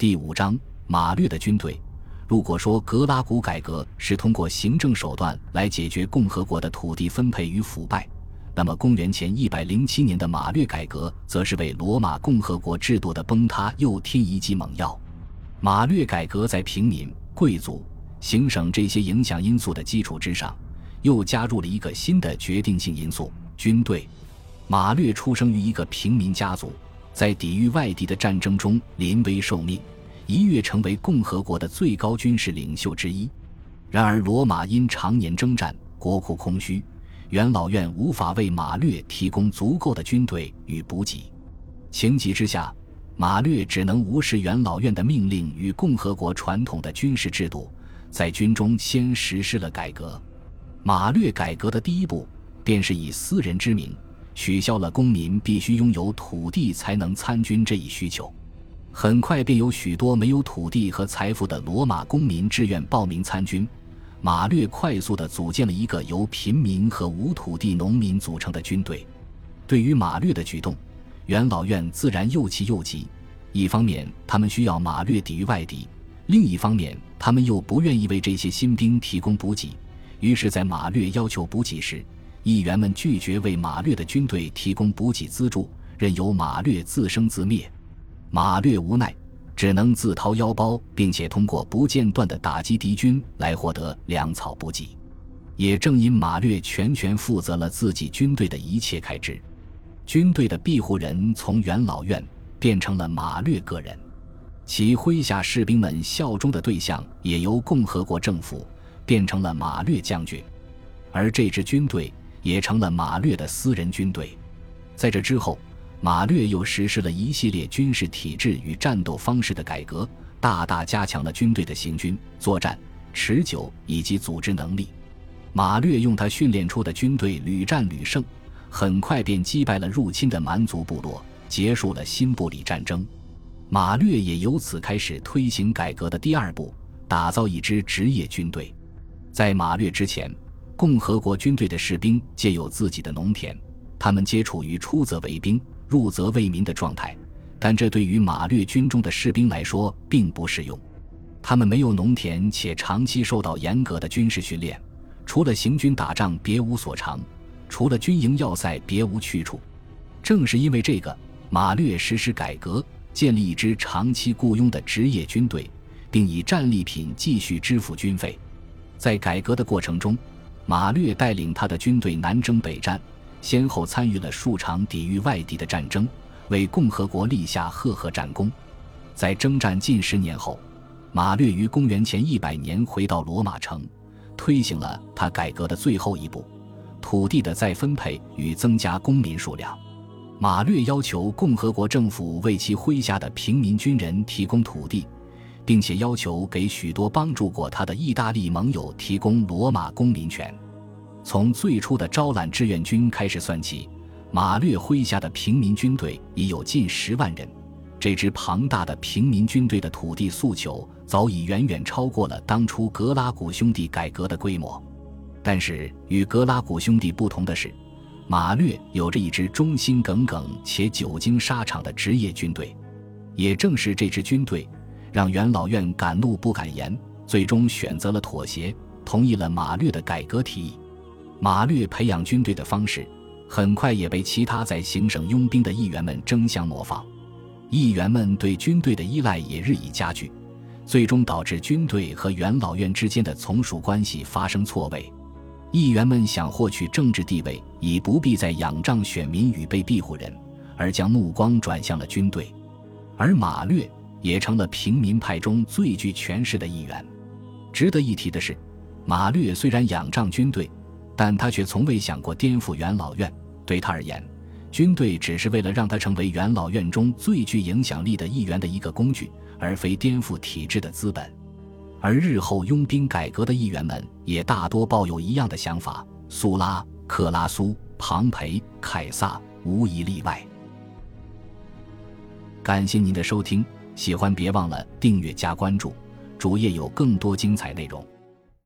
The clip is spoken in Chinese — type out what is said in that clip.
第5章马略的军队。如果说格拉古改革是通过行政手段来解决共和国的土地分配与腐败，那么公元前107年的马略改革则是为罗马共和国制度的崩塌又添一剂猛药。马略改革在平民、贵族、行省这些影响因素的基础之上，又加入了一个新的决定性因素——军队。马略出生于一个平民家族，在抵御外敌的战争中临危受命，一跃成为共和国的最高军事领袖之一。然而罗马因常年征战，国库空虚，元老院无法为马略提供足够的军队与补给。情急之下，马略只能无视元老院的命令与共和国传统的军事制度，在军中先实施了改革。马略改革的第一步便是以私人之名取消了公民必须拥有土地才能参军这一需求。很快便有许多没有土地和财富的罗马公民志愿报名参军。马略快速地组建了一个由平民和无土地农民组成的军队。对于马略的举动，元老院自然又气又急，一方面他们需要马略抵御外敌，另一方面他们又不愿意为这些新兵提供补给。于是在马略要求补给时，议员们拒绝为马略的军队提供补给资助，任由马略自生自灭。马略无奈，只能自掏腰包，并且通过不间断地打击敌军来获得粮草补给。也正因马略全权负责了自己军队的一切开支，军队的庇护人从元老院变成了马略个人，其麾下士兵们效忠的对象也由共和国政府变成了马略将军，而这支军队也成了马略的私人军队。在这之后，马略又实施了一系列军事体制与战斗方式的改革，大大加强了军队的行军、作战、持久以及组织能力。马略用他训练出的军队屡战屡胜，很快便击败了入侵的蛮族部落，结束了新布里战争。马略也由此开始推行改革的第2步，打造一支职业军队。在马略之前，共和国军队的士兵皆有自己的农田，他们皆处于出则为兵，入则为民的状态，但这对于马略军中的士兵来说并不适用。他们没有农田，且长期受到严格的军事训练，除了行军打仗别无所长，除了军营要塞别无去处。正是因为这个，马略实施改革，建立一支长期雇佣的职业军队，并以战利品继续支付军费。在改革的过程中，马略带领他的军队南征北战，先后参与了数场抵御外敌的战争，为共和国立下赫赫战功。在征战近10年后，马略于公元前100年回到罗马城，推行了他改革的最后一步——土地的再分配与增加公民数量。马略要求共和国政府为其麾下的平民军人提供土地，并且要求给许多帮助过他的意大利盟友提供罗马公民权。从最初的招揽志愿军开始算起，马略麾下的平民军队已有近10万人。这支庞大的平民军队的土地诉求早已远远超过了当初格拉古兄弟改革的规模。但是与格拉古兄弟不同的是，马略有着一支忠心耿耿且久经沙场的职业军队。也正是这支军队让元老院敢怒不敢言，最终选择了妥协，同意了马略的改革提议。马略培养军队的方式很快也被其他在行省拥兵的议员们争相模仿，议员们对军队的依赖也日益加剧，最终导致军队和元老院之间的从属关系发生错位。议员们想获取政治地位，以不必再仰仗选民与被庇护人，而将目光转向了军队。而马略也成了平民派中最具权势的一员。值得一提的是，马略虽然仰仗军队，但他却从未想过颠覆元老院。对他而言，军队只是为了让他成为元老院中最具影响力的一员的一个工具，而非颠覆体制的资本。而日后拥兵改革的议员们也大多抱有一样的想法，苏拉、克拉苏、庞培、凯撒无一例外。感谢您的收听，喜欢别忘了订阅加关注，主页有更多精彩内容。